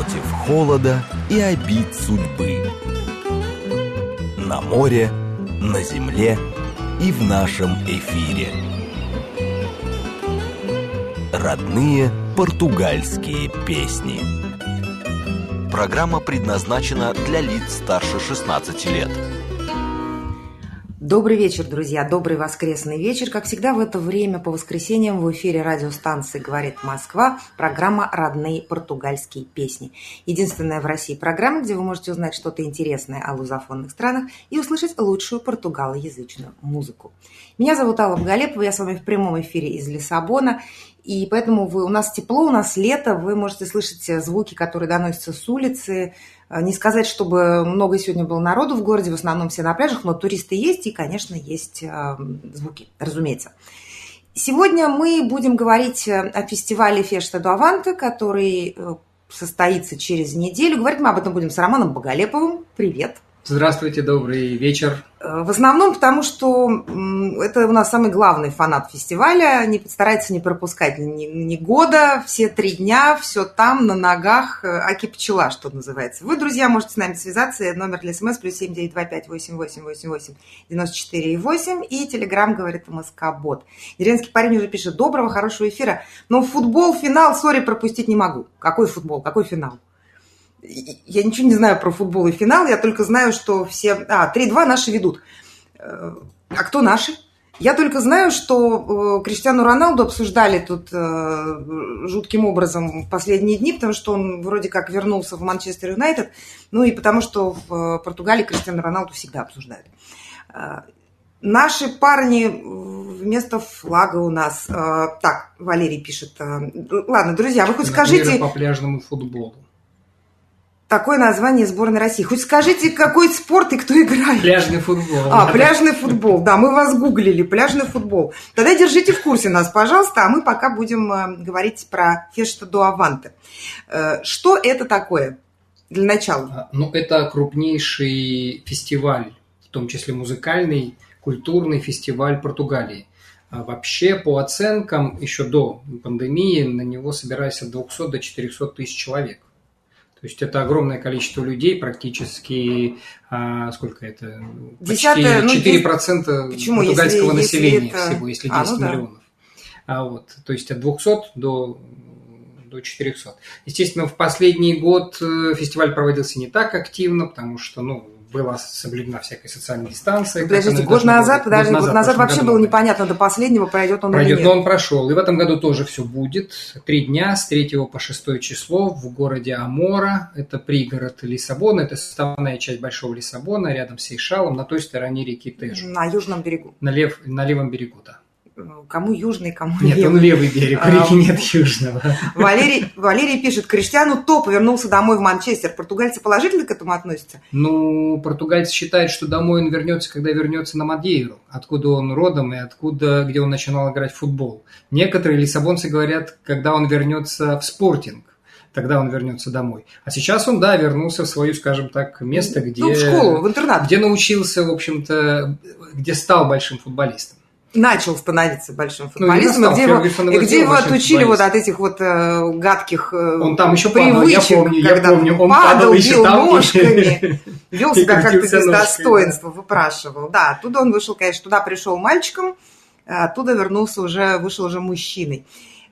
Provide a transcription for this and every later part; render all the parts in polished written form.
против холода и обид судьбы. На море, на земле и в нашем эфире. Родные португальские песни. Программа предназначена для лиц старше 16 лет. Добрый вечер, друзья, добрый воскресный вечер. Как всегда, в это время по воскресеньям в эфире радиостанции «Говорит Москва» программа «Родные португальские песни». Единственная в России программа, где вы можете узнать что-то интересное о лузофонных странах и услышать лучшую португалоязычную музыку. Меня зовут Алла Галепова, я с вами в прямом эфире из Лиссабона. И поэтому у нас тепло, у нас лето, вы можете слышать звуки, которые доносятся с улицы. Не сказать, чтобы много сегодня было народу в городе, в основном все на пляжах, но туристы есть и, конечно, есть звуки, разумеется. Сегодня мы будем говорить о фестивале Фешта до Аванте, который состоится через неделю. Говорить мы об этом будем с Романом Боголеповым. Привет. Здравствуйте, добрый вечер. В основном потому, что это у нас самый главный фанат фестиваля, старается не пропускать ни года, все 3 дня, все там, на ногах, аки пчела, что называется. Вы, друзья, можете с нами связаться, номер для СМС +7 925 88 88 94 8 и телеграм говорит МСК-бот. Деревенский парень уже пишет: доброго, хорошего эфира, но футбол, финал, сори, пропустить не могу. Какой футбол, какой финал? Я ничего не знаю про футбол и финал, я только знаю, что все... 3-2 наши ведут. А кто наши? Я только знаю, что Криштиану Роналду обсуждали тут жутким образом в последние дни, потому что он вроде как вернулся в Манчестер Юнайтед, ну и потому что в Португалии Криштиану Роналду всегда обсуждают. Наши парни вместо флага у нас... Так, Валерий пишет. Ладно, друзья, вы хоть скажите... По пляжному футболу. Такое название сборной России. Хоть скажите, какой спорт и кто играет? Пляжный футбол. Пляжный футбол. Да, мы вас гуглили. Пляжный футбол. Тогда держите в курсе нас, пожалуйста, а мы пока будем говорить про Фешта до Аванте. Что это такое для начала? Это крупнейший фестиваль, в том числе музыкальный, культурный фестиваль Португалии. Вообще, по оценкам, еще до пандемии на него собирались от 200 до 400 тысяч человек. То есть это огромное количество людей, практически, сколько это? Почти 4% португальского населения всего, если 10 миллионов. То есть от 200 до 400. Естественно, в последний год фестиваль проводился не так активно, потому что, была соблюдена всякая социальная дистанция. Подождите, год назад вообще было непонятно до последнего, пройдет он или нет. Но он прошел. И в этом году тоже все будет. 3 дня, с 3 по 6 число в городе Амора. Это пригород Лиссабона, это составная часть Большого Лиссабона, рядом с Сейшалом, на той стороне реки Тежу. На южном берегу. На левом берегу, да. Кому южный, кому левый. Нет, он левый берег, у реки нет южного. Валерий пишет: Криштиану повернулся домой в Манчестер. Португальцы положительно к этому относятся? Португальцы считают, что домой он вернется, когда вернется на Мадейру, откуда он родом и где он начинал играть в футбол. Некоторые лиссабонцы говорят, когда он вернется в Спортинг, тогда он вернется домой. А сейчас он, вернулся в свое, скажем так, место, где... в школу, в интернат. Где научился, в общем-то, где стал большим футболистом. Начал становиться большим футболистом, где его отучили от этих гадких он там еще привычек, я помню, он падал, бил ножками, вел себя как-то без достоинства, выпрашивал. Да, оттуда он вышел, конечно, туда пришел мальчиком, оттуда вышел уже мужчиной.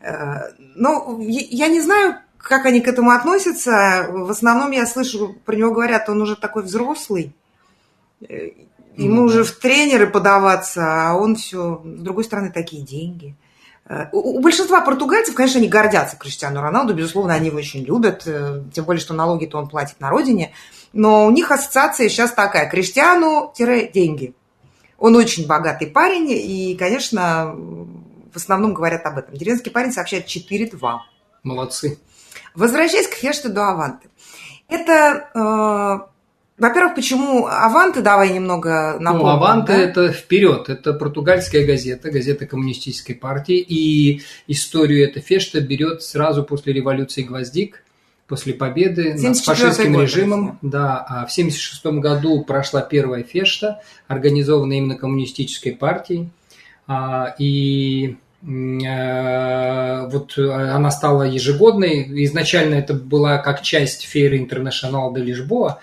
Я не знаю, как они к этому относятся. В основном я слышу, про него говорят, он уже такой взрослый. Ему уже в тренеры подаваться, а он все... С другой стороны, такие деньги. У большинства португальцев, конечно, они гордятся Криштиану Роналду, безусловно, они его очень любят, тем более, что налоги-то он платит на родине. Но у них ассоциация сейчас такая: Криштиану-деньги. Он очень богатый парень, и, конечно, в основном говорят об этом. Деревенский парень сообщает 4-2. Молодцы. Возвращаясь к Феште до Аванте. Это... Во-первых, почему Аванте? Давай немного напомним. Аванте это вперед. Это португальская газета коммунистической партии. И историю этой фешта берет сразу после революции Гвоздик, после победы над фашистским режимом. Да, а в 1976 году прошла первая фешта, организованная именно коммунистической партией. И Вот она стала ежегодной. Изначально это была как часть Фейры Интернационал де Лишбоа,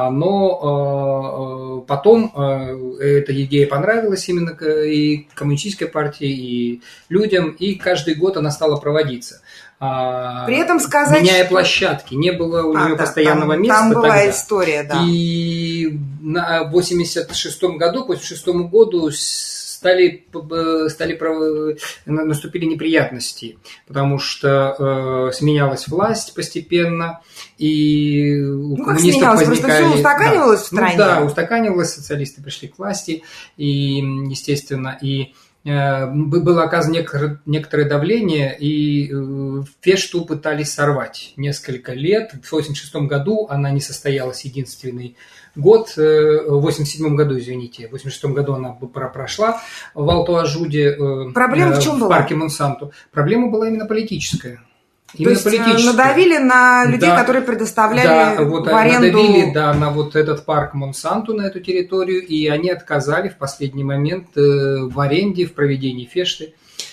но потом эта идея понравилась именно и коммунистической партии, и людям, и каждый год она стала проводиться. При этом сказать, меняя площадки, не было у нее постоянного места. Там была тогда. История, да. И в 86-м году, к 86-му году наступили неприятности, потому что сменялась власть постепенно, и у коммунистов возникали... Просто все устаканивалось в стране. Устаканивалось, социалисты пришли к власти, и, естественно, было оказано некоторое давление, и Фешту пытались сорвать несколько лет. В 1986 году она не состоялась единственный год, в 87 году, извините, в 86 году она прошла в Алтуажуде, Проблема в чем была? Парке Монсанту. Проблема была именно политическая. То есть надавили на людей, которые предоставляли в аренду... Надавили, на вот этот парк Монсанту, на эту территорию, и они отказали в последний момент в аренде, в проведении фешты.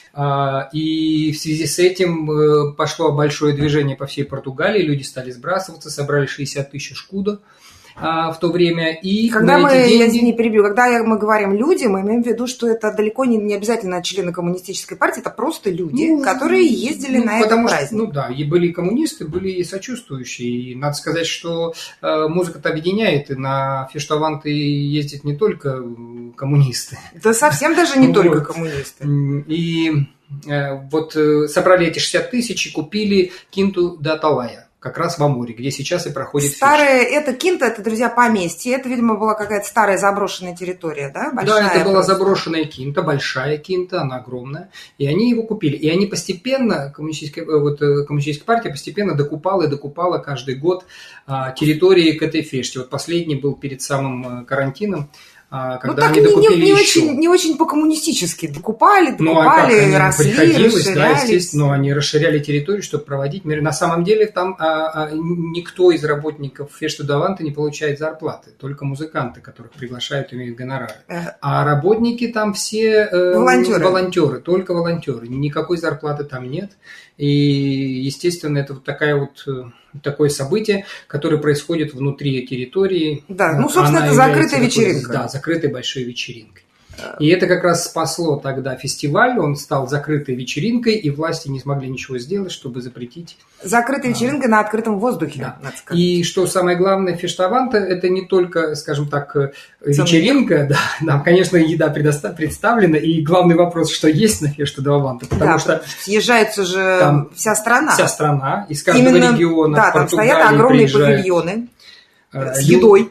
И в связи с этим пошло большое движение по всей Португалии, люди стали сбрасываться, собрали 60 тысяч шкудо в то время. И когда я не перебью, когда мы говорим люди, мы имеем в виду, что это далеко не обязательно члены коммунистической партии, это просто люди, которые ездили на этот праздник. И были и коммунисты, были и сочувствующие. И надо сказать, что музыка-то объединяет, и на фештаванты ездят не только коммунисты. Да совсем даже не только коммунисты. И вот собрали эти 60 тысяч и купили Кинту де Аталая, как раз в Амуре, где сейчас и проходит фешта. Кинта, это, друзья, поместье. Это, видимо, была какая-то старая заброшенная территория, да? Большая, это была заброшенная Кинта, большая Кинта, она огромная. И они его купили. И они постепенно, коммунистическая партия постепенно докупала каждый год территории к этой феште. Вот последний был перед самым карантином, когда они докупили не очень по-коммунистически. Докупали, росли, расширялись. Но они расширяли территорию, чтобы проводить меры. На самом деле там никто из работников Фешты до Аванты не получает зарплаты. Только музыканты, которых приглашают, имеют гонорары. А работники там все волонтеры, только волонтеры. Никакой зарплаты там нет. И, естественно, это такое событие, которое происходит внутри территории. Да, собственно, это закрытая вечеринка. Да, закрытой большой вечеринкой. И это как раз спасло тогда фестиваль, он стал закрытой вечеринкой, и власти не смогли ничего сделать, чтобы запретить. Закрытая вечеринка на открытом воздухе, да. Надо сказать. И что самое главное, фештаванта – это не только, скажем так, вечеринка, там, конечно, еда представлена, и главный вопрос, что есть на фешту до Аванта, потому что… съезжается же там вся страна. Вся страна, из каждого региона. Да, там стоят огромные павильоны с едой.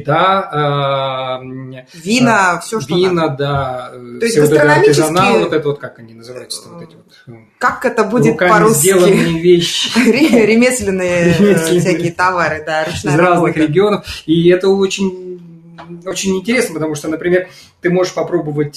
Еда, вина, все, что вина, надо. Да. То есть гастрономические… как они называются? Как это будет по-русски? Сделанные вещи. Ремесленные всякие товары, да, ручная из разных регионов. И это очень интересно, потому что, например, ты можешь попробовать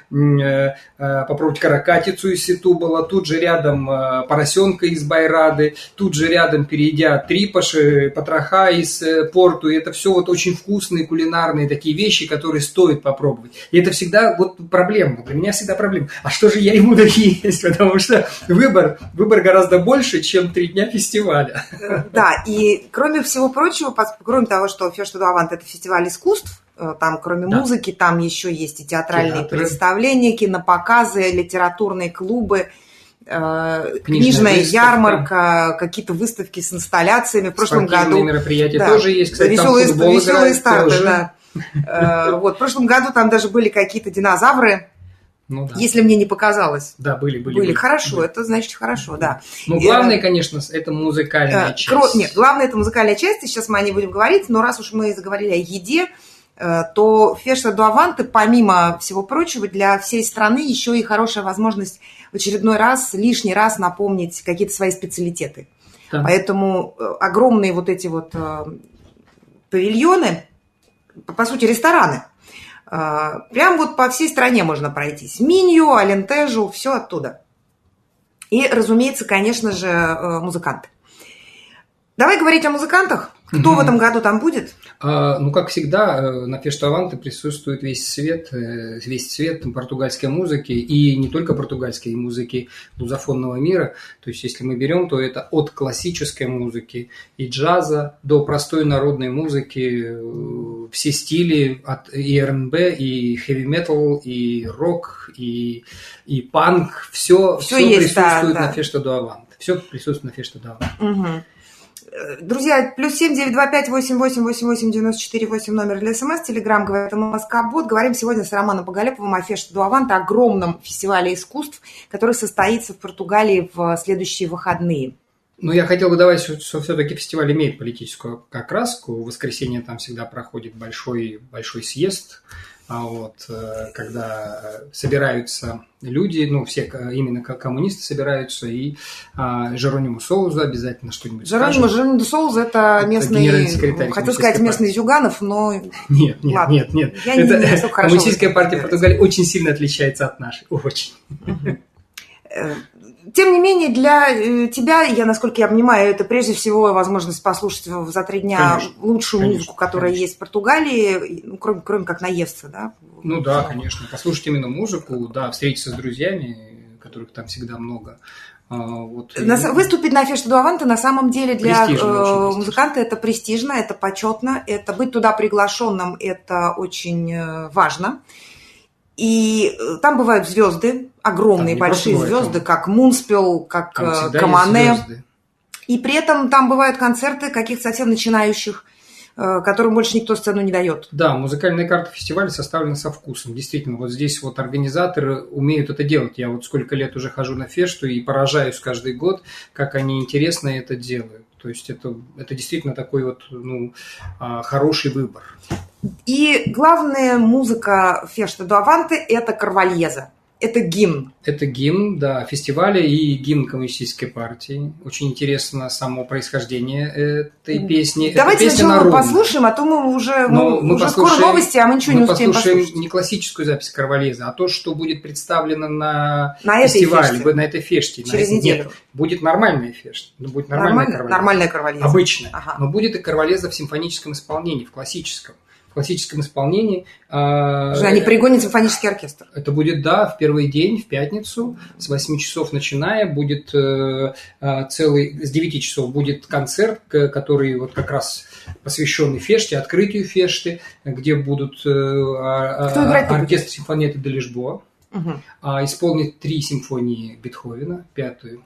каракатицу из Сетубала, тут же рядом поросенка из Байрады, тут же рядом, перейдя, трипаши, потроха из Порту. И это все очень вкусные кулинарные такие вещи, которые стоит попробовать. И это всегда проблема. Для меня всегда проблема. А что же я и буду есть? Потому что выбор гораздо больше, чем 3 дня фестиваля. Да, и кроме всего прочего, кроме того, что Фешта до Аванта – это фестиваль искусств, там, кроме музыки, там еще есть и театральные представления, кинопоказы, литературные клубы, книжная ярмарка, какие-то выставки с инсталляциями. В прошлом году мероприятия тоже есть, кстати, веселые старты, да. В прошлом году там даже были какие-то динозавры. Если мне не показалось. Да, были. Хорошо, это значит хорошо, да. Главное, конечно, это музыкальная часть. Нет, главное это музыкальная часть, и сейчас мы о ней будем говорить, но раз уж мы заговорили о еде, то Фешта до Аванты, помимо всего прочего, для всей страны еще и хорошая возможность в очередной раз, лишний раз напомнить какие-то свои специалитеты. Да. Поэтому огромные эти павильоны, по сути, рестораны, прям по всей стране можно пройтись. Минью, Алентежу, все оттуда. И, разумеется, конечно же, музыканты. Давай говорить о музыкантах. Кто в этом году там будет? Ну, как всегда, на Фешту Аванте присутствует весь цвет португальской музыки, и не только португальской музыки лузофонного мира. То есть, если мы берем, то это от классической музыки и джаза до простой народной музыки, все стили, от и R&B, и хэви-метал, и рок, и панк, все присутствует на Фешта до Аванте. Все присутствует на Фешта до Аванте. Угу. Друзья, +7 925 88 88 94 8 номер для СМС, Телеграм, говорит МСК-бот. Говорим сегодня с Романом Боголеповым о Фешта до Аванте, огромном фестивале искусств, который состоится в Португалии в следующие выходные. Ну, я хотел бы добавить, что все-таки фестиваль имеет политическую окраску. В воскресенье там всегда проходит большой съезд, когда собираются люди, ну, все именно коммунисты собираются, и Жеронимо Соуза обязательно что-нибудь скажет. Жеронимо де Соуза – это местный, хотел сказать, местный Зюганов, но… Нет. Коммунистическая партия Португалии очень сильно отличается от нашей, очень. Тем не менее, для тебя, насколько я понимаю, это прежде всего возможность послушать за 3 дня лучшую музыку, которая есть в Португалии, ну, кроме как наесться, да? Ну да, конечно. Послушать именно музыку, да, встретиться с друзьями, которых там всегда много. Выступить на Фешта до Аванте на самом деле для музыканта это престижно, это почетно, это быть туда приглашенным, это очень важно. И там бывают звезды, огромные, большие звезды, как Мунспел, как Камане. И при этом там бывают концерты каких-то совсем начинающих, которым больше никто сцену не дает. Да, музыкальная карта фестиваля составлена со вкусом. Действительно, вот здесь вот организаторы умеют это делать. Я вот сколько лет уже хожу на Фешту и поражаюсь каждый год, как они интересно это делают. То есть это действительно такой вот, хороший выбор. И главная музыка Фешта до Аванте – это Карвальеза. Это гимн. Это гимн, да, фестиваля и гимн коммунистической партии. Очень интересно само происхождение этой песни. Давайте сначала послушаем, а то мы уже скоро новости, а мы ничего не успеем послушать. Мы послушаем не классическую запись Карвальеза, а то, что будет представлено на фестивале, на этой феште. Через неделю. Нет, будет нормальная фешта. Будет нормальная Карвальеза. Обычная. Ага. Но будет и Карвальеза в симфоническом исполнении, в классическом исполнении. Они пригонят симфонический оркестр. Это будет, да, в первый день, в пятницу, с 8 часов начиная, будет с 9 часов будет концерт, который вот как раз посвященный Феште, открытию Фешты, где будут оркестр симфонии де Лишбоа, исполнит 3 симфонии Бетховена, 5-ю,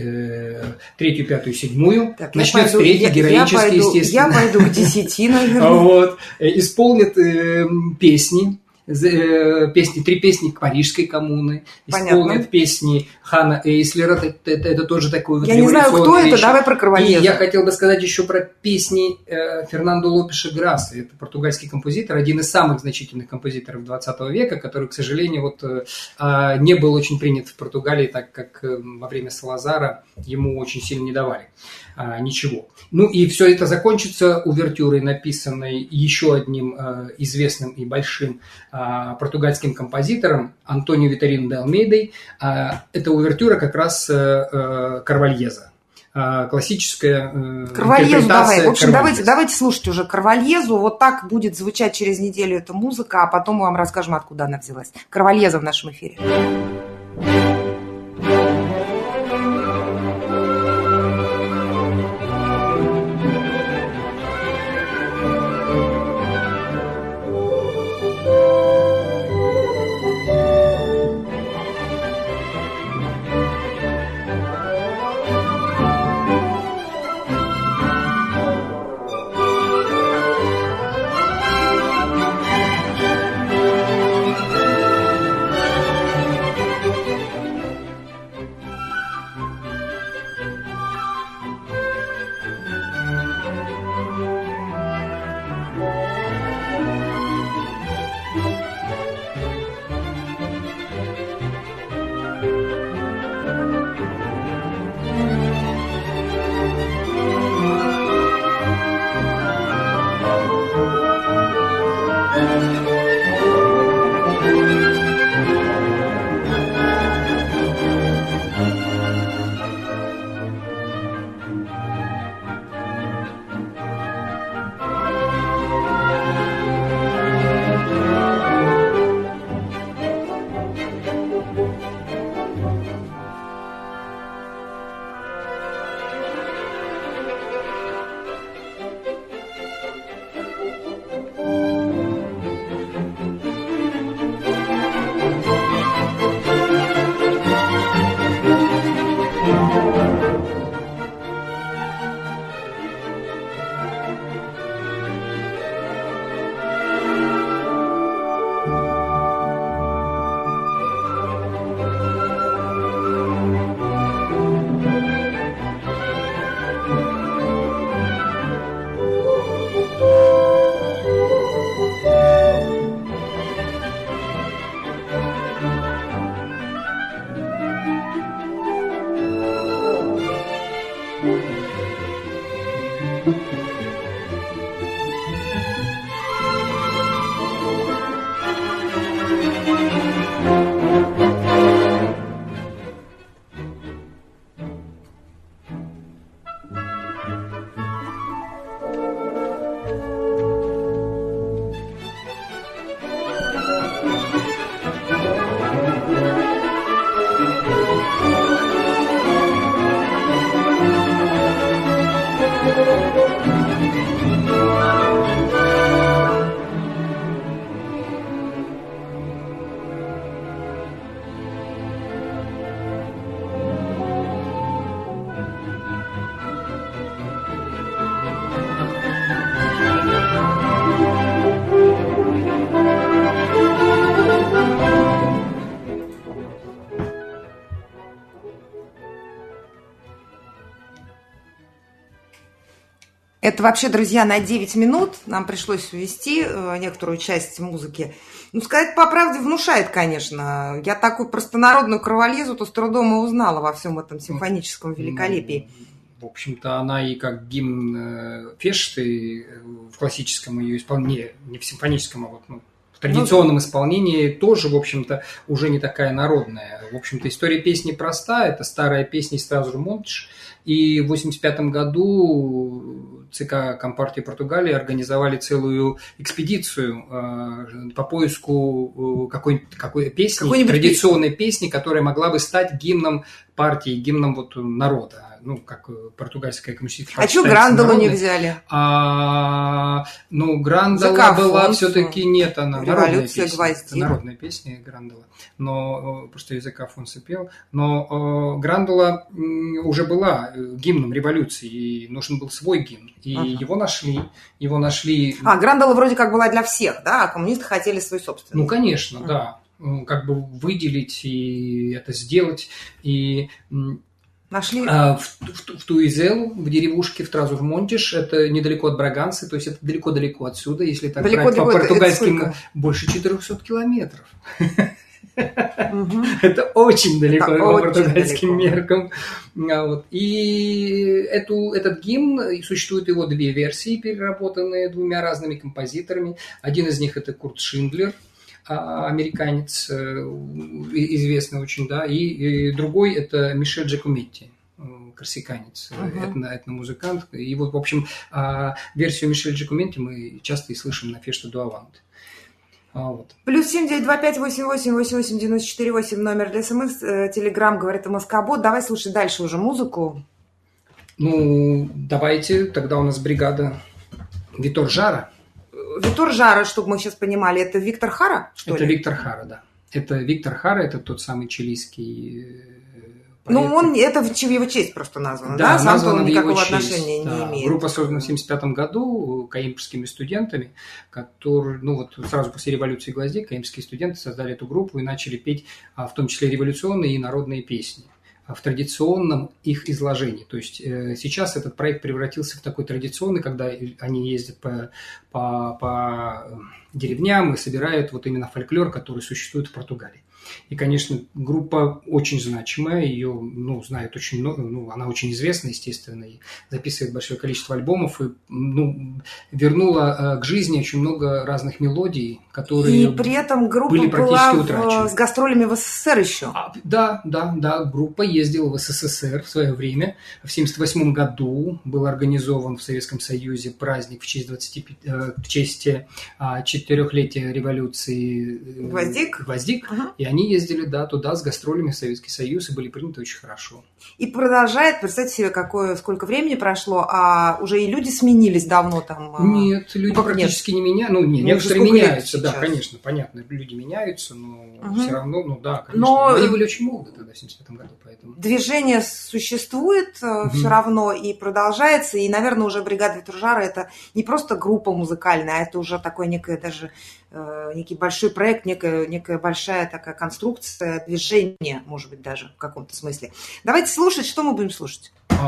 3-ю, 5-ю, 7-ю. Начнет с 3-й, героически, естественно. Я пойду к 10, наверное. Исполнит песни. 3 песни Парижской коммуны, исполнят песни Хана Эйслера, это тоже такой вот революционный. Я не знаю, кто это, давай про Карвальеза. И я хотел бы сказать еще про песни Фернандо Лопеша Граса, это португальский композитор, один из самых значительных композиторов 20 века, который, к сожалению, не был очень принят в Португалии, так как во время Салазара ему очень сильно не давали ничего. Ну и все это закончится увертюрой, написанной еще одним известным и большим португальским композитором Антонио Виторино де Алмейдой. Это увертюра как раз Карвальеза. Классическая Карвальезу давай. В общем, давайте слушать уже Карвальезу. Вот так будет звучать через неделю эта музыка, а потом мы вам расскажем, откуда она взялась. Карвальеза в нашем эфире. Это вообще, друзья, на 9 минут нам пришлось ввести некоторую часть музыки. Ну, сказать по правде, внушает, конечно. Я такую простонародную кровалезу-то с трудом и узнала во всем этом симфоническом великолепии. В общем-то, она и как гимн Фешты в классическом ее исполнении, не в симфоническом, а вот в традиционном исполнении тоже, в общем-то, уже не такая народная. В общем-то, история песни проста. Это старая песня из Трас-Жу-Монтиш. И в 1985 году ЦК Компартии Португалии организовали целую экспедицию по поиску какой песни, традиционной песни, которая могла бы стать гимном партии, гимном вот народа. Ну, как португальская коммунистическая партия. А что Грандолу не взяли? Грандола была все-таки нет, она народная песня. Гвоздик. Народная песня Грандола. Но просто язык Афонсо пел. Но Грандола уже была гимном революции, и нужен был свой гимн. И его нашли. Грандола вроде как была для всех, да? А коммунисты хотели свой собственный. Ну, конечно, да. Как бы выделить и это сделать. И нашли в Туизелу, в деревушке в Трас-Жу-Монтиш, это недалеко от Браганцы, то есть это далеко-далеко отсюда, если так брать по португальским, больше 400 километров. Это очень далеко по португальским меркам. И этот гимн, существует его две версии, переработанные двумя разными композиторами. Один из них это Курт Шиндлер, американец, известный очень, да, и другой это Мишель Джакометти, корсиканец, этномузыкант. И вот, в общем, версию Мишель Джакометти мы часто и слышим на Фешта ду Авант. Плюс 7-925-88-88-94-8 номер для СМС, Телеграм, говорит МСК-бот. Давай слушать дальше уже музыку. Ну, давайте, тогда у нас бригада Витор Жара. Витор Жара, чтобы мы сейчас понимали, это Виктор Хара, что ли? Виктор Хара, да. Это Виктор Хара, это тот самый чилийский поэт. Ну, это в его честь просто названо, да? Сам он никакого отношения не имеет. Группа создана в 1975 году каимскими студентами, которые, сразу после революции «Гвоздик» каимские студенты создали эту группу и начали петь, в том числе революционные и народные песни в традиционном их изложении. То есть сейчас этот проект превратился в такой традиционный, когда они ездят по деревням и собирают вот именно фольклор, который существует в Португалии. И, конечно, группа очень значимая, ее знают очень много, она очень известна, естественно, и записывает большое количество альбомов, и вернула к жизни очень много разных мелодий, которые и при этом группа были практически была утрачены. С гастролями в СССР еще. Да, группа ездила в СССР в свое время. В 1978 году был организован в Советском Союзе праздник в честь 4-летия революции «Гвоздик». И они ездили, туда с гастролями в Советский Союз и были приняты очень хорошо. И продолжает, представьте себе, сколько времени прошло, а уже и люди сменились давно там. Нет, люди практически не меняются. Некоторые меняются, да, конечно, понятно, люди меняются, но все равно, конечно. Но они были очень молоды тогда, в 1975 году, поэтому. Движение существует все равно и продолжается, и, наверное, уже бригада Витор Жара это не просто группа музыкальная, а это уже такой некий большой проект, некая большая такая конструкция, движение, может быть, даже в каком-то смысле. Давайте слушать, что мы будем слушать.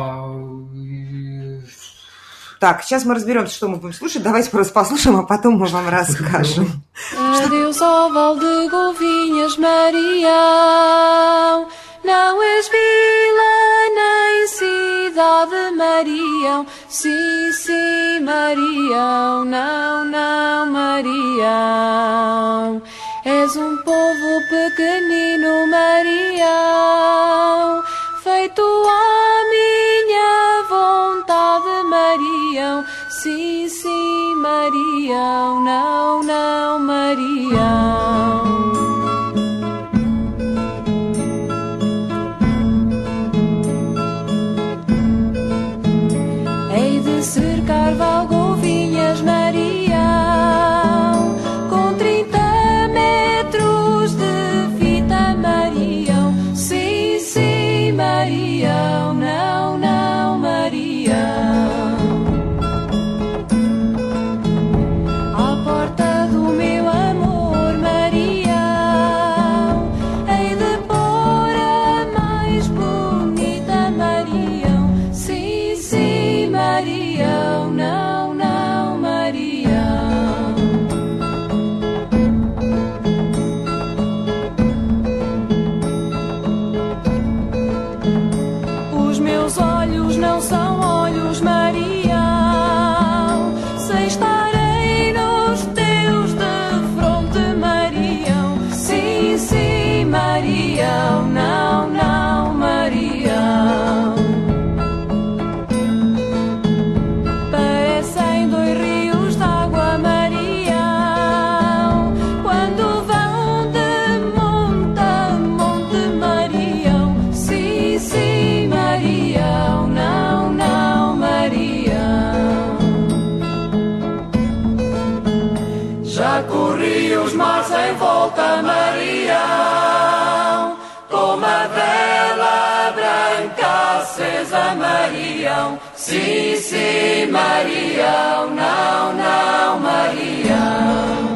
Так, сейчас мы разберемся, что мы будем слушать. Давайте просто послушаем, а потом мы вам расскажем. Adeus ao val de Golvinhas, Marião, não és vila nem cidade. cidade Marião. Sim, sim, Marião. Não, não, Marião. És um povo pequenino, Marião, feito à minha vontade, Marião. Sim, sim, Marião. Não, não, Marião. Hei de cercar Valgovinhas, Marião, com 30 metros de fita, Marião. Sim, sim, Marião. Não, não, Marião. À porta do meu amor, Marião, hei de pôr a mais bonita, Marião. Sim, sim, Marião. Não, não, Marião. Os meus olhos não são olhos, Marião, sem estarem nos teus de fronte, Marião. Sim, sim, Marião. Não, não, Marião. Parecem dois rios d'água, Marião, quando vão de monte a monte, Marião. Sim, sim, Marião. Não, não, Marião. Já corri os mares em volta, Marião, com uma vela branca acesa, Marião. Sim, sim, Marião. Não, não, Marião.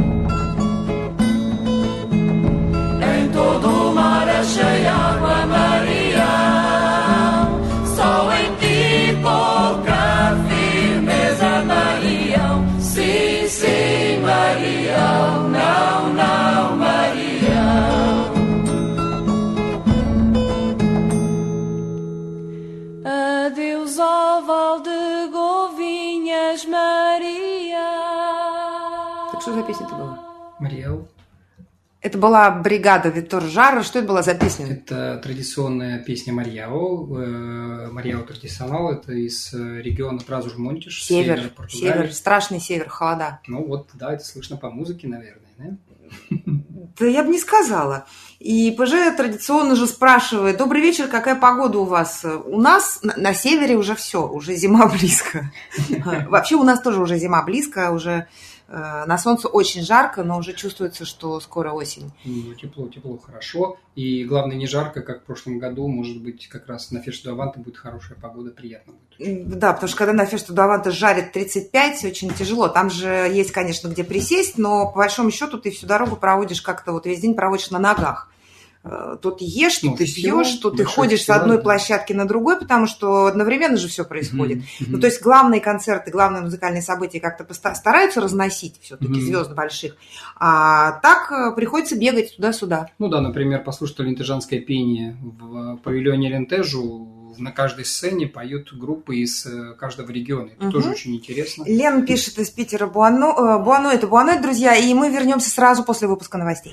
Em todo o mar achei água, Marião, só em ti pouca firmeza, Marião. Sim, sim, Marião. Não, não, Marião. Adeus ao val de Govinhas, Maria. Так что за песня-то была? Мариэл. Это была бригада Витор Жара. Что это была за песня? Это традиционная песня Марьяо. Марьяо традиционал. Это из региона Трас-Монтиш, север Португалии. Север, страшный север, холода. Ну вот, да, это слышно по музыке, наверное, да? Да я бы не сказала. И ПЖ традиционно же спрашивает: добрый вечер, какая погода у вас? У нас на севере уже все, уже зима близко. Вообще у нас тоже уже зима близко, уже на солнце очень жарко, но уже чувствуется, что скоро осень. Ну, тепло, хорошо. И главное, не жарко, как в прошлом году. Может быть, как раз на Фешту Аванте будет хорошая погода, приятно будет. Да, потому что когда на Фешту Аванте жарит 35, очень тяжело. Там же есть, конечно, где присесть, но по большому счету ты всю дорогу проводишь как-то, вот весь день проводишь на ногах. То ты ешь, то ты пьешь, то ты ходишь с одной площадки на другой, потому что одновременно же все происходит. Ну, то есть главные концерты, главные музыкальные события как-то стараются разносить все-таки звезд больших, а так приходится бегать туда-сюда. Ну да, например, послушать лентежанское пение в павильоне Лентежу. На каждой сцене поют группы из каждого региона. Это тоже очень интересно. Лен пишет из Питера: Буано, это Буано, друзья, и мы вернемся сразу после выпуска новостей.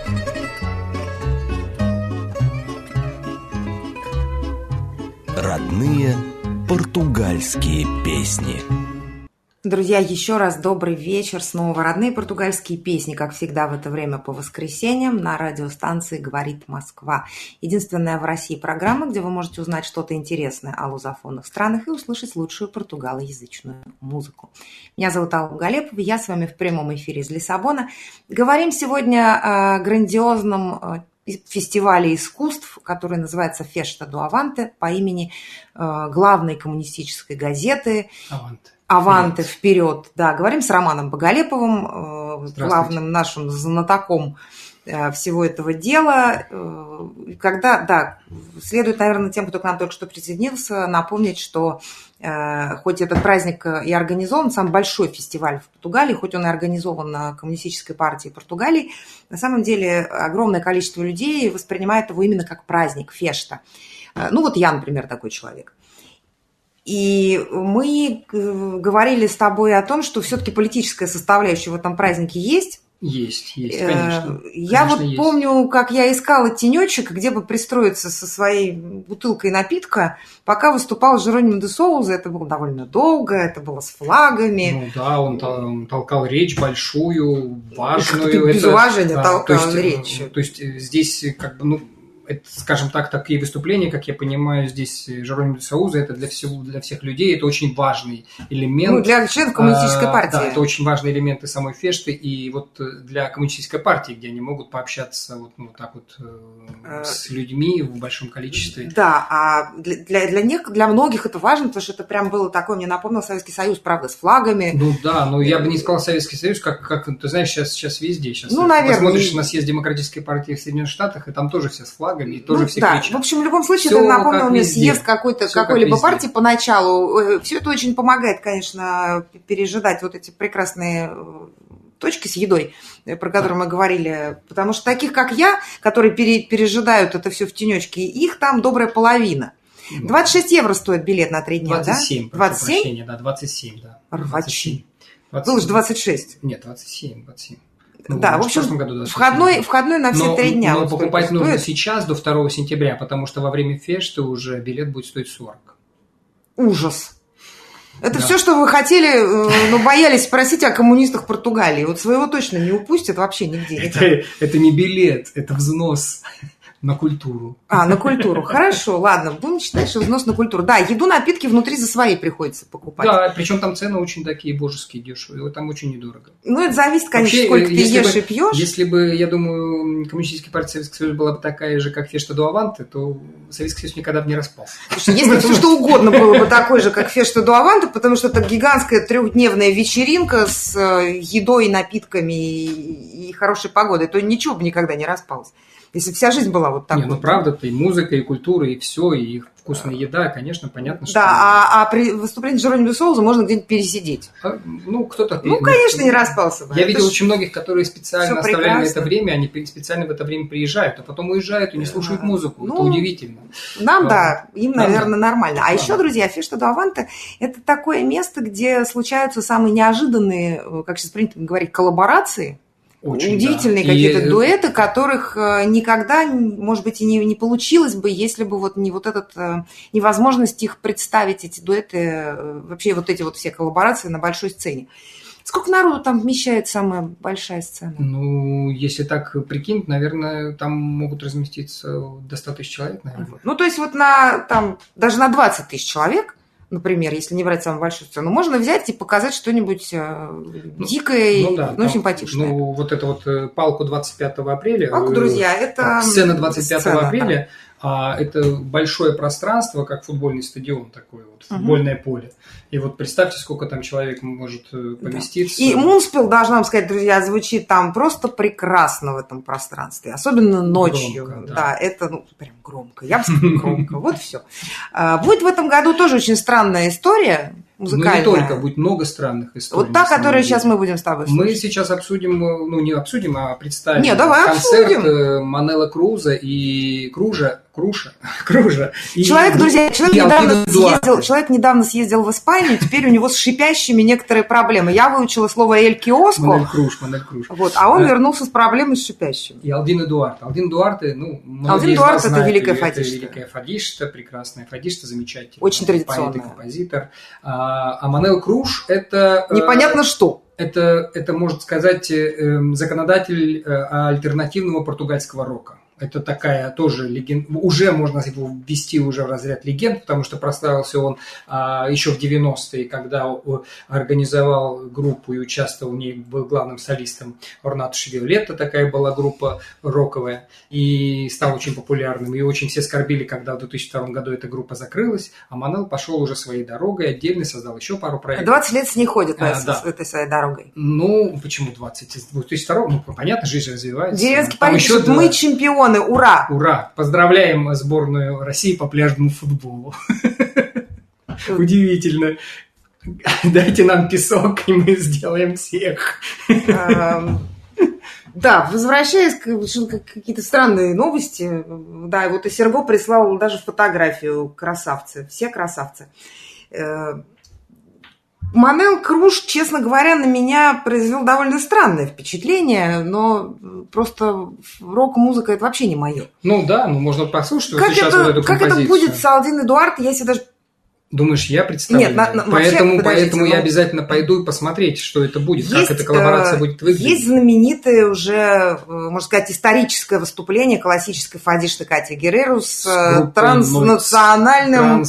Родные португальские песни. Друзья, еще раз добрый вечер. Снова родные португальские песни, как всегда в это время по воскресеньям на радиостанции «Говорит Москва». Единственная в России программа, где вы можете узнать что-то интересное о лузофонных странах и услышать лучшую португалоязычную музыку. Меня зовут Алла Галепова, я с вами в прямом эфире из Лиссабона. Говорим сегодня о грандиозном фестивале искусств, который называется «Фешта до Аванте» по имени главной коммунистической газеты «Аванте, вперед». Да, говорим с Романом Боголеповым, главным нашим знатоком всего этого дела. Когда, да, следует, наверное, тем, кто к нам только что присоединился, напомнить, что хоть этот праздник и организован, самый большой фестиваль в Португалии, хоть он и организован Коммунистической партией Португалии, на самом деле огромное количество людей воспринимает его именно как праздник, фешта. Ну вот я, например, такой человек. И мы говорили с тобой о том, что все-таки политическая составляющая в этом празднике есть. Есть, конечно. Я конечно, вот есть. помню, как я искала тенечек, где бы пристроиться со своей бутылкой напитка, пока выступал Жеронимо де Соуза. Это было довольно долго, это было с флагами. Ну да, он толкал речь большую, важную. Без уважения толкал то есть, речь. То есть здесь как бы, ну, это, скажем так, такие выступления, как я понимаю, здесь Жеронимо де Соуза, это для всех людей, это очень важный элемент. Ну, для членов коммунистической партии. Да, это очень важный элемент и самой фешты, и вот для коммунистической партии, где они могут пообщаться вот, ну, так вот с людьми в большом количестве. Да, а для многих это важно, потому что это прям было такое, мне напомнил Советский Союз, правда, с флагами. Ну да, но я бы не сказал Советский Союз, как ты знаешь, сейчас везде. Сейчас ну, наверное. Посмотришь на съезд Демократической партии в Соединенных Штатах, и там тоже все с флагами, и тоже все да. кричат. В общем, в любом случае, Всё это напомнил как мне везде. съезд какой-либо партии поначалу. Все это очень помогает, конечно, пережидать вот эти прекрасные точки с едой, про которые мы говорили. Потому что таких, как я, которые пережидают это все в тенечке, их там добрая половина. 26 евро стоит билет на 3 дня, 27, да? 27? Прощения, да, 27, да. Рвачи. Было же 26. Нет, 27. Ну, да, в общем, входной на все 3 дня. Но вот покупать нужно стоит. сейчас, до 2 сентября, потому что во время фешты уже билет будет стоить 40. Ужас. Это да. все, что вы хотели, но боялись спросить о коммунистах Португалии. Вот своего точно не упустят вообще нигде. Это не билет, это взнос на культуру. На культуру. Хорошо, ладно. Будем считать, что взнос на культуру. Да, еду, напитки внутри за свои приходится покупать. Да, причем там цены очень такие божеские, дешевые. Там очень недорого. Ну, это зависит, конечно, вообще, сколько ты ешь и пьешь. Если бы, я думаю, коммунистическая партия Советского Союза была бы такая же, как Фешта до Аванты, то Советский Союз никогда бы не распался. Слушай, если все что угодно было бы такой же, как Фешта до Аванты, потому что это гигантская 3-дневная вечеринка с едой, напитками и хорошей погодой, то ничего бы никогда не распалось. Если вся жизнь была вот так. Ну правда-то, и музыка, и культура, и все, и вкусная еда, конечно, понятно, что... Да, а при выступлении Жеронимо де Соуза можно где-нибудь пересидеть. Кто-то... Ну, конечно, не распался бы. Я видел очень многих, которые специально оставляли прекрасно. на это время, они специально в это время приезжают, а потом уезжают и не слушают музыку. Это удивительно. Нам, им, наверное, нормально. А еще, да. друзья, Фешта до Аванты – это такое место, где случаются самые неожиданные, как сейчас принято говорить, коллаборации. Очень, удивительные какие-то дуэты, которых никогда, может быть, и не получилось бы, если бы вот не вот этот невозможность их представить, эти дуэты, вообще вот эти вот все коллаборации на большой сцене. Сколько народу там вмещает самая большая сцена? Ну, если так прикинуть, наверное, там могут разместиться до 100 тысяч человек, наверное. Ну, то есть вот даже на 20 тысяч человек, например, если не брать самую большую сцену, можно взять и показать что-нибудь дикое, симпатичное. Ну, вот это вот палку 25 апреля. Палку, друзья, это... Сцена 25 апреля. Это большое пространство, как футбольный стадион такой вот, футбольное поле. И вот представьте, сколько там человек может поместиться. Да. И Мунспил, должна вам сказать, друзья, звучит там просто прекрасно в этом пространстве. Особенно ночью. Громко, да, это прям громко. Я бы сказала громко. Вот все. Будет в этом году тоже очень странная история. Музыкальная. Ну, не только, будет много странных историй. Вот та, которую сейчас мы будем с тобой слушать. Мы сейчас обсудим, не обсудим, а представим концерт Манела Круза и Кружа. Человек недавно съездил в Испанию, теперь у него с шипящими некоторые проблемы. Я выучила слово «эль киоско». Манель Круж. Вот, а он вернулся с проблемой с шипящими. И Алдин Эдуард. Алдин Эдуард, это великая фадишта. Это великая фадишта, прекрасная фадишта, замечательная. Очень традиционная. Поэт и композитор. А Манел Круж – это… Непонятно что. Это, можно сказать, законодатель альтернативного португальского рока. Это такая тоже легенда, уже можно его ввести уже в разряд легенд, потому что прославился он еще в 90-е, когда организовал группу и участвовал в ней, был главным солистом Орнато Шевиолетто, такая была группа роковая, и стал очень популярным. И очень все скорбили, когда в 2002 году эта группа закрылась, а Манел пошел уже своей дорогой, отдельно создал еще пару проектов. 20 лет с ней ходит этой своей дорогой. Ну, почему 20? В 2002, понятно, жизнь развивается. Деревенский парень, мы чемпионы. Ура! Ура! Поздравляем сборную России по пляжному футболу. Удивительно. Дайте нам песок, и мы сделаем всех. Да, возвращаясь к какие-то странные новости, да, вот и Серго прислал даже фотографию красавцы, все красавцы. Манел Круш, честно говоря, на меня произвел довольно странное впечатление, но просто рок-музыка – это вообще не мое. Ну да, можно послушать вот сейчас вот эту композицию. Как это будет с Алдин Эдуард, я себе даже... Думаешь, я представляю? Нет, поэтому я обязательно пойду и посмотреть, что это будет, как эта коллаборация будет выглядеть. Есть знаменитое уже, можно сказать, историческое выступление классической фадишты Кати Герреру с транснациональным...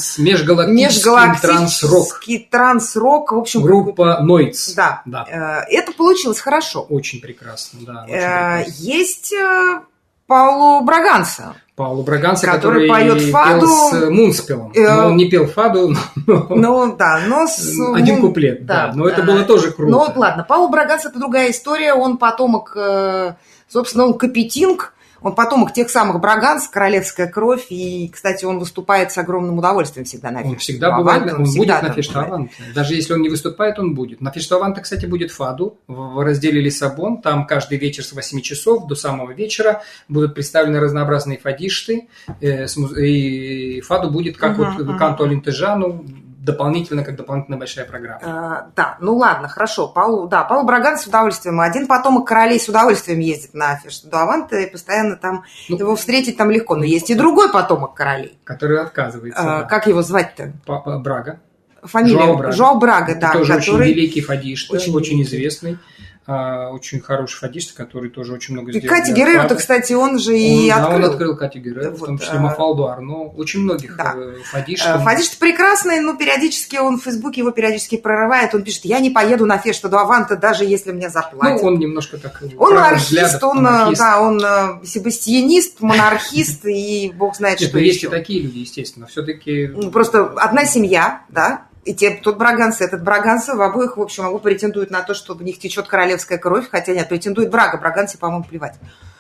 Межгалактический транс-рок. В общем, группа Noiz. Да. Это получилось хорошо. Очень прекрасно, да. Есть Пауло Браганса. Пауло Браганса, который поет фаду. Пел с Мунспелом. Но он не пел фаду, но один куплет. Да. Но это было тоже круто. Ну ладно, Пауло Браганса – это другая история. Он потомок, собственно, он капетинг. Он потомок тех самых Браганс, королевская кровь. И, кстати, он выступает с огромным удовольствием всегда на феште. Он всегда бывает, он будет на феште Аванте. Даже если он не выступает, он будет. На феште Аванте, кстати, будет фаду в разделе Лиссабон. Там каждый вечер с 8 часов до самого вечера будут представлены разнообразные фадишты. И фаду будет как вот Канту Алинтежану, дополнительная большая программа. Да, ну ладно, хорошо. Пауло Браганс с удовольствием. Один потомок королей с удовольствием ездит на фешту Аванте, и постоянно там его встретить там легко. Но есть и другой потомок королей. Который отказывается. Как его звать-то? Брага. Фамилия Жоао Брага, да. Тоже очень великий фадишт, очень известный. Очень хороший фадист, который тоже очень много сделал. И Кати Герреру-то, кстати, он же и открыл. Он открыл Кати Герреру, в том числе Мафалду Арно, очень многих фадистов. Фадист прекрасный, но периодически он в Фейсбуке его периодически прорывает. Он пишет: я не поеду на фешту Аванте, даже если мне заплатят. Он немножко так... Он монархист, он себастьянист, монархист, и бог знает, что есть еще. И такие люди, естественно, все-таки... Просто одна семья, да, и тот Браганс, этот Браганс, в обоих, в общем, оба претендуют на то, что в них течет королевская кровь, хотя нет, претендует Брага, Брагансе, по-моему, плевать.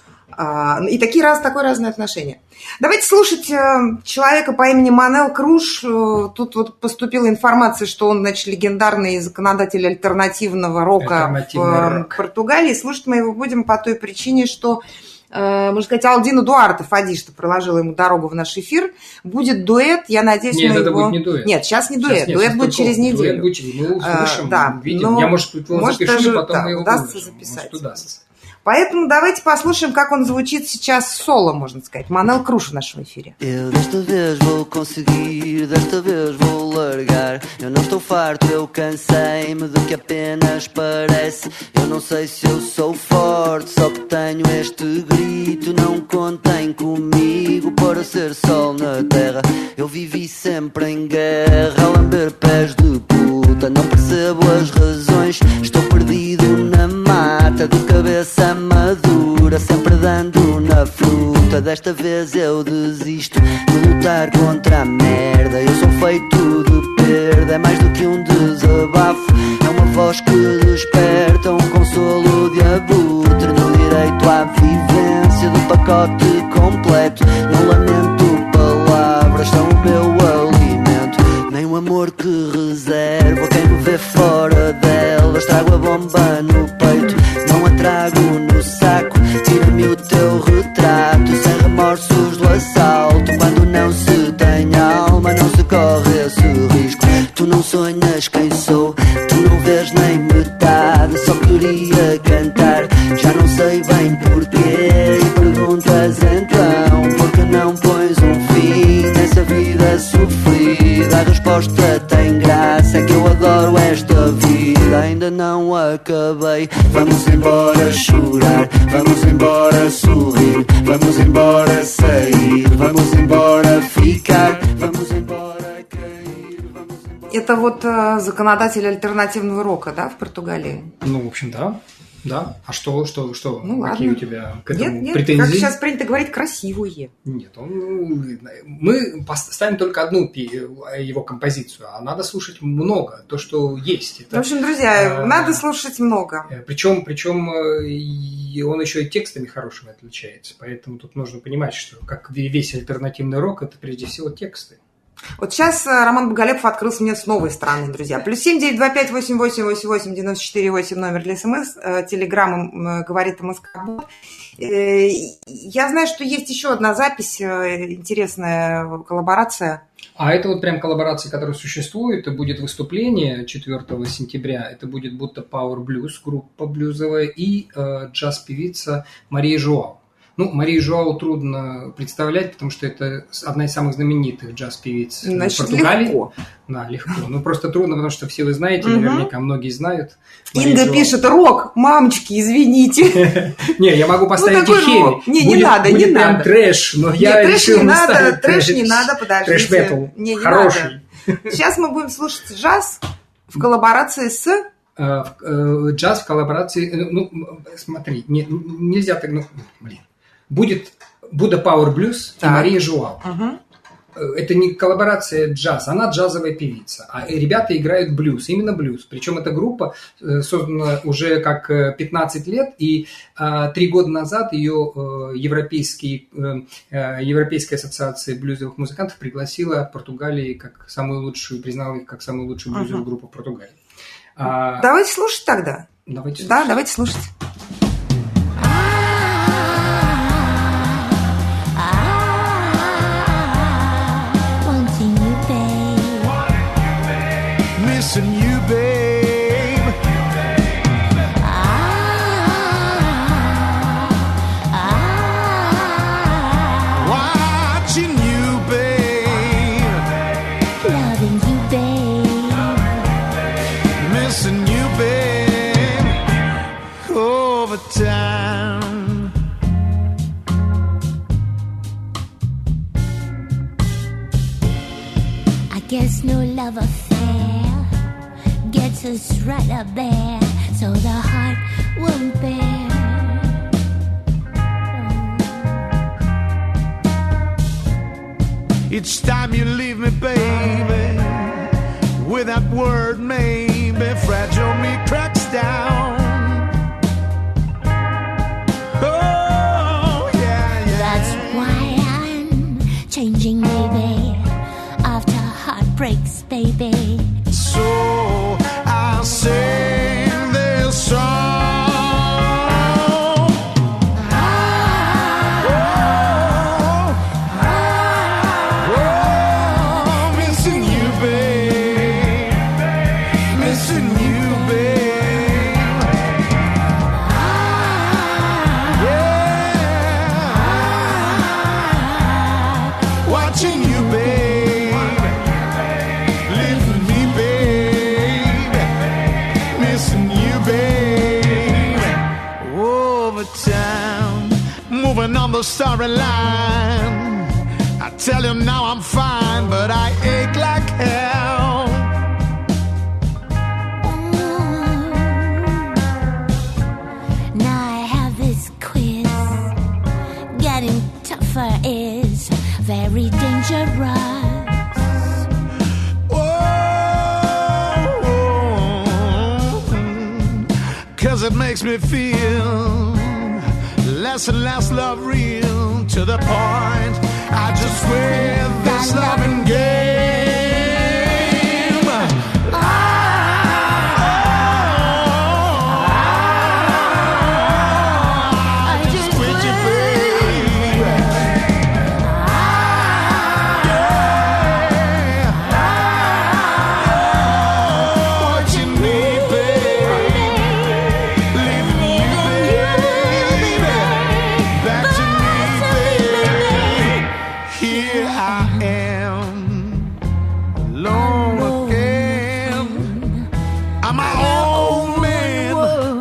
И такое разное отношение. Давайте слушать человека по имени Манел Круш. Тут вот поступила информация, что он, значит, легендарный законодатель альтернативного рока в Португалии. Слушать мы его будем по той причине, что... можно сказать, Алдин Эдуард фадишта проложила ему дорогу в наш эфир. Будет дуэт, я надеюсь, Нет, это будет не дуэт. Нет, сейчас не дуэт. Дуэт будет через неделю. Мы услышим, увидим. Я, может, его запишу, потом мы его удастся записать. Поэтому давайте послушаем, как он звучит сейчас соло, можно сказать. Манел Круш в нашем эфире. Eu desta vez vou conseguir, desta vez vou largar. Eu não estou farto, eu cansei-me do que apenas parece. Eu não sei se eu sou forte, só que tenho este grito. Não contem comigo para ser sol na terra. Eu vivi sempre em guerra, a lamber pés de puta. Não percebo as razões, estou perdido na mata, de cabeça madura, sempre dando na fruta. Desta vez eu desisto de lutar contra a merda. Eu sou feito de perda, é mais do que um desabafo. É uma voz que desperta um consolo de abutre. No direito à vivência do pacote completo. Não lamento palavras, são o meu alimento. Nem o amor que reservo a quem me vê fora delas. Trago a bomba no peito, não a trago no saco. Tira-me o teu retrato, sem remorsos do assalto. Quando não se tem alma, não se corre esse risco. Tu não sonhas quem sou, tu não vês nem metade. Só queria cantar, já não sei bem porquê. E perguntas então, por que não pões um fim nessa vida sofrida? A resposta tem graça, é que eu adoro esta vida. Ainda não acabei, vamos embora chorar, vamos embora sorrir, vamos embora sair, vamos embora ficar, vamos embora cair, vamos embora... Это вот законодатель альтернативного рока, да, в Португалии? Ну, в общем, да. Да? А что? Ну, какие ладно. у тебя к этому нет, претензии? Как сейчас принято говорить, красивые. Нет, мы ставим только одну его композицию, а надо слушать много, то, что есть. В общем, друзья, надо слушать много. Причем он еще и текстами хорошими отличается, поэтому тут нужно понимать, что как весь альтернативный рок, это прежде всего тексты. Вот сейчас Роман Боголепов открылся мне с новой стороны, друзья. +7 925 88 88 94 8 номер для СМС. Телеграм говорит МСК-бот. Я знаю, что есть еще одна запись, интересная коллаборация. А это вот прям коллаборация, которая существует. Это будет выступление 4 сентября. Это будет будто Power Blues, группа блюзовая, и джаз-певица Мария Жуау. Ну, Марию Жуау трудно представлять, потому что это одна из самых знаменитых джаз-певиц в Португалии. Легко. Да, легко. Ну, просто трудно, потому что все вы знаете, наверняка многие знают. Инга пишет: рок, мамочки, извините. Не, я могу поставить и хэви. Не надо, не надо. Прям трэш, но я решил не ставить трэш. Трэш не надо, подождите. Трэш-метал. Не Хороший. Сейчас мы будем слушать джаз в коллаборации с... Джаз в коллаборации... Ну, смотри, нельзя так... Будет Будда Power Blues и Мария Жуау. Это не коллаборация джаз, она джазовая певица. А ребята играют блюз, именно блюз. Причем эта группа создана уже как 15 лет, и 3 года назад ее Европейская ассоциация блюзовых музыкантов пригласила в Португалии как самую лучшую, признала их как самую лучшую блюзовую группу Португалии. Давайте слушать тогда. Давайте слушать. Да, давайте слушать. Missing you, babe. Watching you, babe. Loving you, babe. Missing you, babe. Over time. I guess no love affair gets us right up there, so the heart won't bear. Each time you leave me, baby, with that word maybe, fragile me cracks down. Oh, yeah, yeah. That's why I'm changing, baby, after heartbreaks, baby. So I'll sing this song. Oh, missing you, babe. Missing you, babe. Yeah. Watching you, babe. Leaving me, babe. Missing you, babe. Over time, moving on the starry line. I tell you now I'm fine, but I ache like hell. Now I have this quiz. Getting tougher is very dangerous. Cause it makes me feel less and less love real, to the point I just win this loving game. I just quit you, baby. Watching me, baby. Leaving you, baby. Back to me, baby. Here I am, alone again. I'm my own man.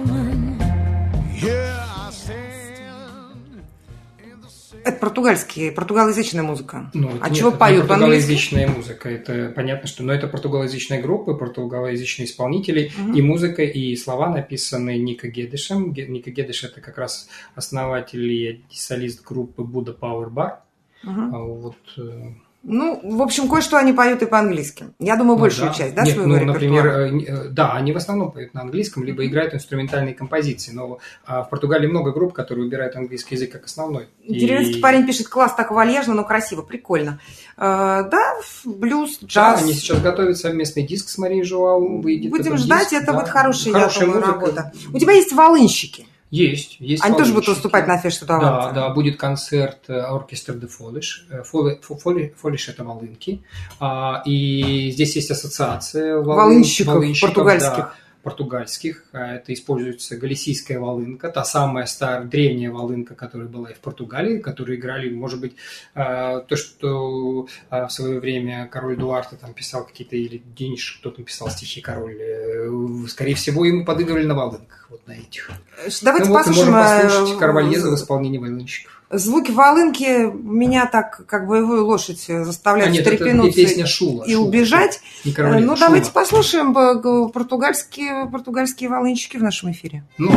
Here I stand in the same. Это португалоязычная музыка. Ну, А нет, чего это поют не по-английски? португалоязычная музыка, это понятно, что... Но это португалоязычные группы, португалоязычные исполнители, и музыка, и слова написаны Ника Гедешем. Ника Гедеш – это как раз основатель и солист группы Будда Power Bar. Вот Ну, в общем, кое-что они поют и по-английски. Я думаю, большую часть, да, Нет, своего репертуара? например, да, они в основном поют на английском, либо играют инструментальные композиции. Но в Португалии много групп, которые выбирают английский язык как основной. Деревенский парень пишет: класс, так вальяжно, но красиво, прикольно. Да, блюз, джаз. Да, они сейчас готовят совместный диск с Марией Жуау. Будем ждать, это будет хорошая музыка. работа. У тебя есть волынщики? Есть. Они тоже будут выступать на Фешту Таланта? Да, будет концерт оркестра де Фолиш. Фолиш – это волынки. И здесь есть ассоциация волынщиков португальских. Да, португальских. Это используется галисийская волынка, та самая древняя волынка, которая была и в Португалии, которую играли, может быть, то, что в свое время король Эдуард там писал какие-то, или Дениш, кто-то писал стихи король, скорее всего, ему подыгрывали на волынках, вот на этих. Давайте послушаем. Можем послушать Карвальеза в исполнении волынщиков. Звуки волынки меня так, как боевую лошадь, заставляют встрепенуться и убежать. Ну, давайте послушаем португальские волынщики в нашем эфире. Ну.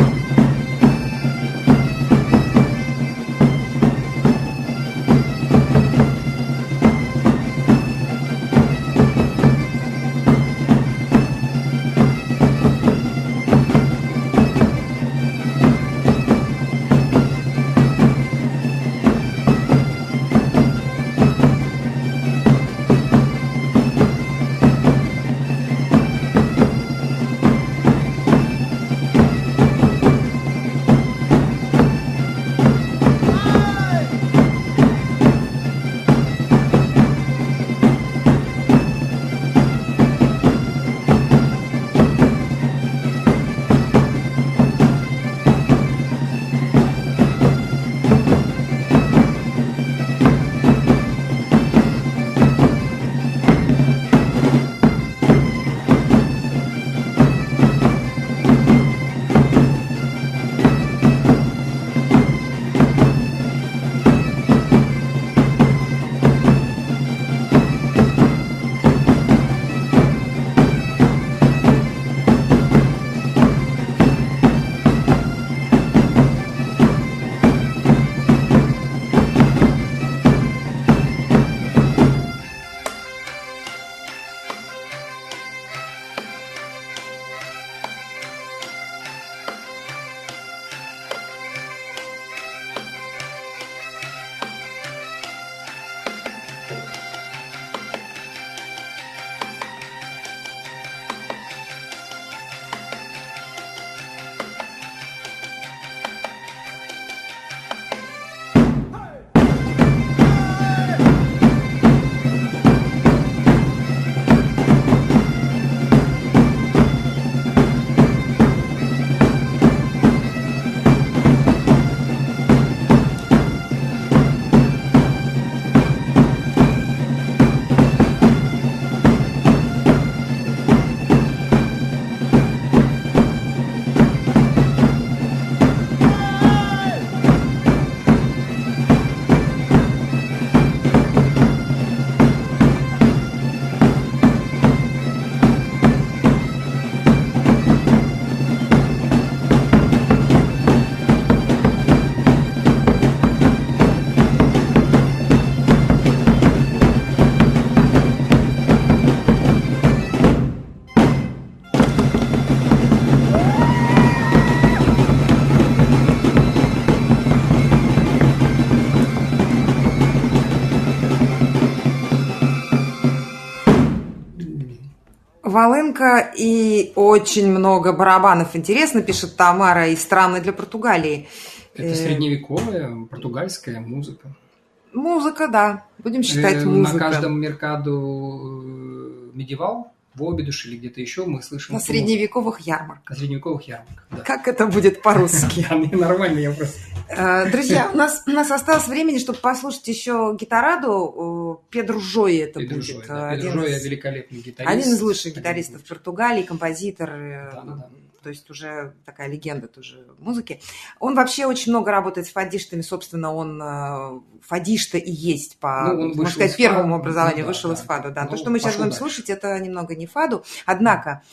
Волынка и очень много барабанов. Интересно, пишет Тамара, и странно для Португалии. Это средневековая португальская музыка. Музыка, да. Будем считать музыкой. На каждом меркаду медивал, в Обидуш или где-то еще мы слышим... На средневековых ярмарках. На средневековых ярмарках, да. Как это будет по-русски? Нормально, я просто... Друзья, у нас осталось времени, чтобы послушать еще гитараду. Педро Жои это будет. Педро Жои великолепный гитарист. Один из лучших гитаристов Португалии, композитор. Да. То есть уже такая легенда тоже музыки. Он вообще очень много работает с фадиштами. Собственно, он фадишта и есть по, можно сказать, первому образованию. Вышел из фаду. Да. То, что мы сейчас будем слушать, это немного не фаду. Однако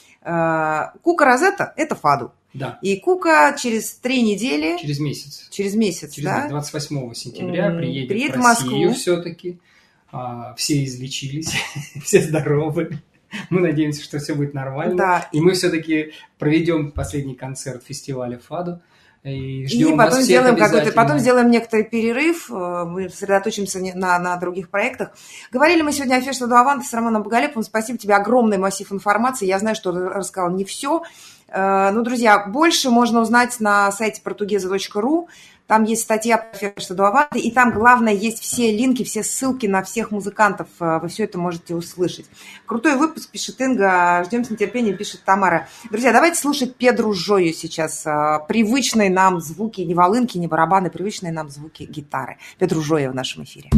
Кука Розетта – это фаду. Да. И Кука через 3 недели... Через месяц. Через месяц, да? 28 сентября приедет в Россию все-таки. все излечились, все здоровы. Мы надеемся, что все будет нормально. Да. И мы все-таки проведем последний концерт фестиваля «Фадо». И ждем потом вас сделаем всех обязательно. потом сделаем некоторый перерыв, мы сосредоточимся на других проектах. Говорили мы сегодня о Фешта ду Аванта с Романом Боголеповым. Спасибо тебе, огромный массив информации. Я знаю, что рассказал не все. Ну, друзья, больше можно узнать на сайте portuguesa.ru. Там есть статья про Фешта ду Аванта, и там, главное, есть все линки, все ссылки на всех музыкантов. Вы все это можете услышать. Крутой выпуск, пишет Инга. Ждем с нетерпением, пишет Тамара. Друзья, давайте слушать Педру Жою сейчас. Привычные нам звуки, не волынки, не барабаны, привычные нам звуки гитары. Педру Жоя в нашем эфире.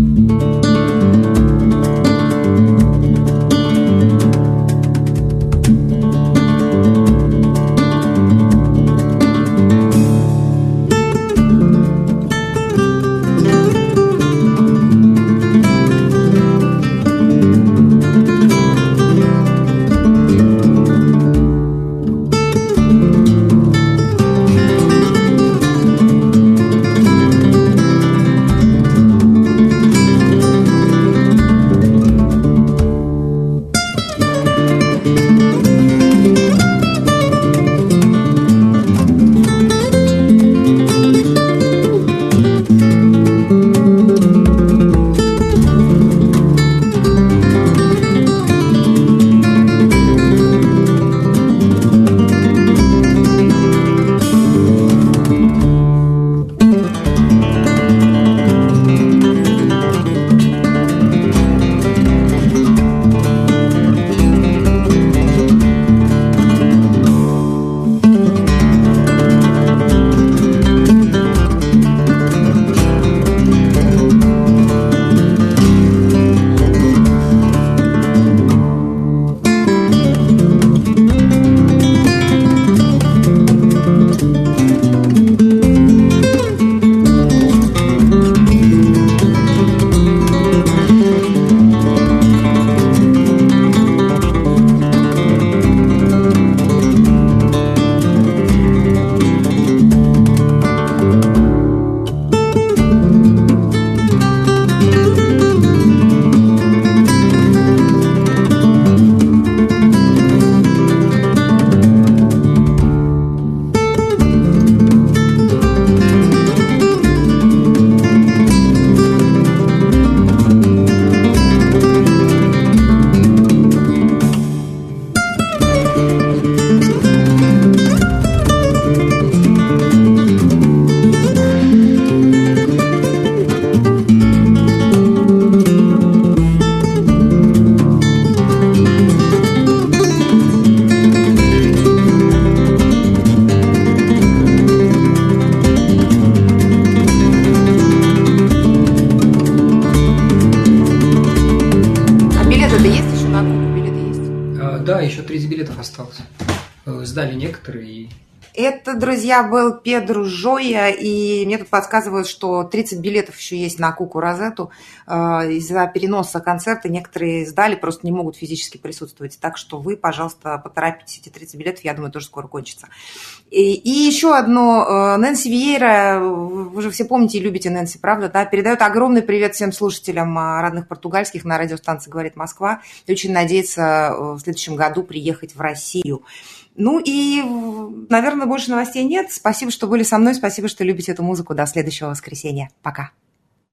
еще 30 билетов осталось. Сдали некоторые. Это, друзья, был Педру Жоя, и мне тут подсказывают, что 30 билетов еще есть на Куку Розетту. Из-за переноса концерта некоторые сдали, просто не могут физически присутствовать. Так что вы, пожалуйста, поторопитесь, эти 30 билетов, я думаю, тоже скоро кончатся. И еще одно. Нэнси Виейра, вы же все помните и любите Нэнси, правда? Да? Передает огромный привет всем слушателям родных португальских на радиостанции «Говорит Москва». И очень надеется в следующем году приехать в Россию. Ну и, наверное, больше новостей нет. Спасибо, что были со мной. Спасибо, что любите эту музыку. До следующего воскресенья. Пока.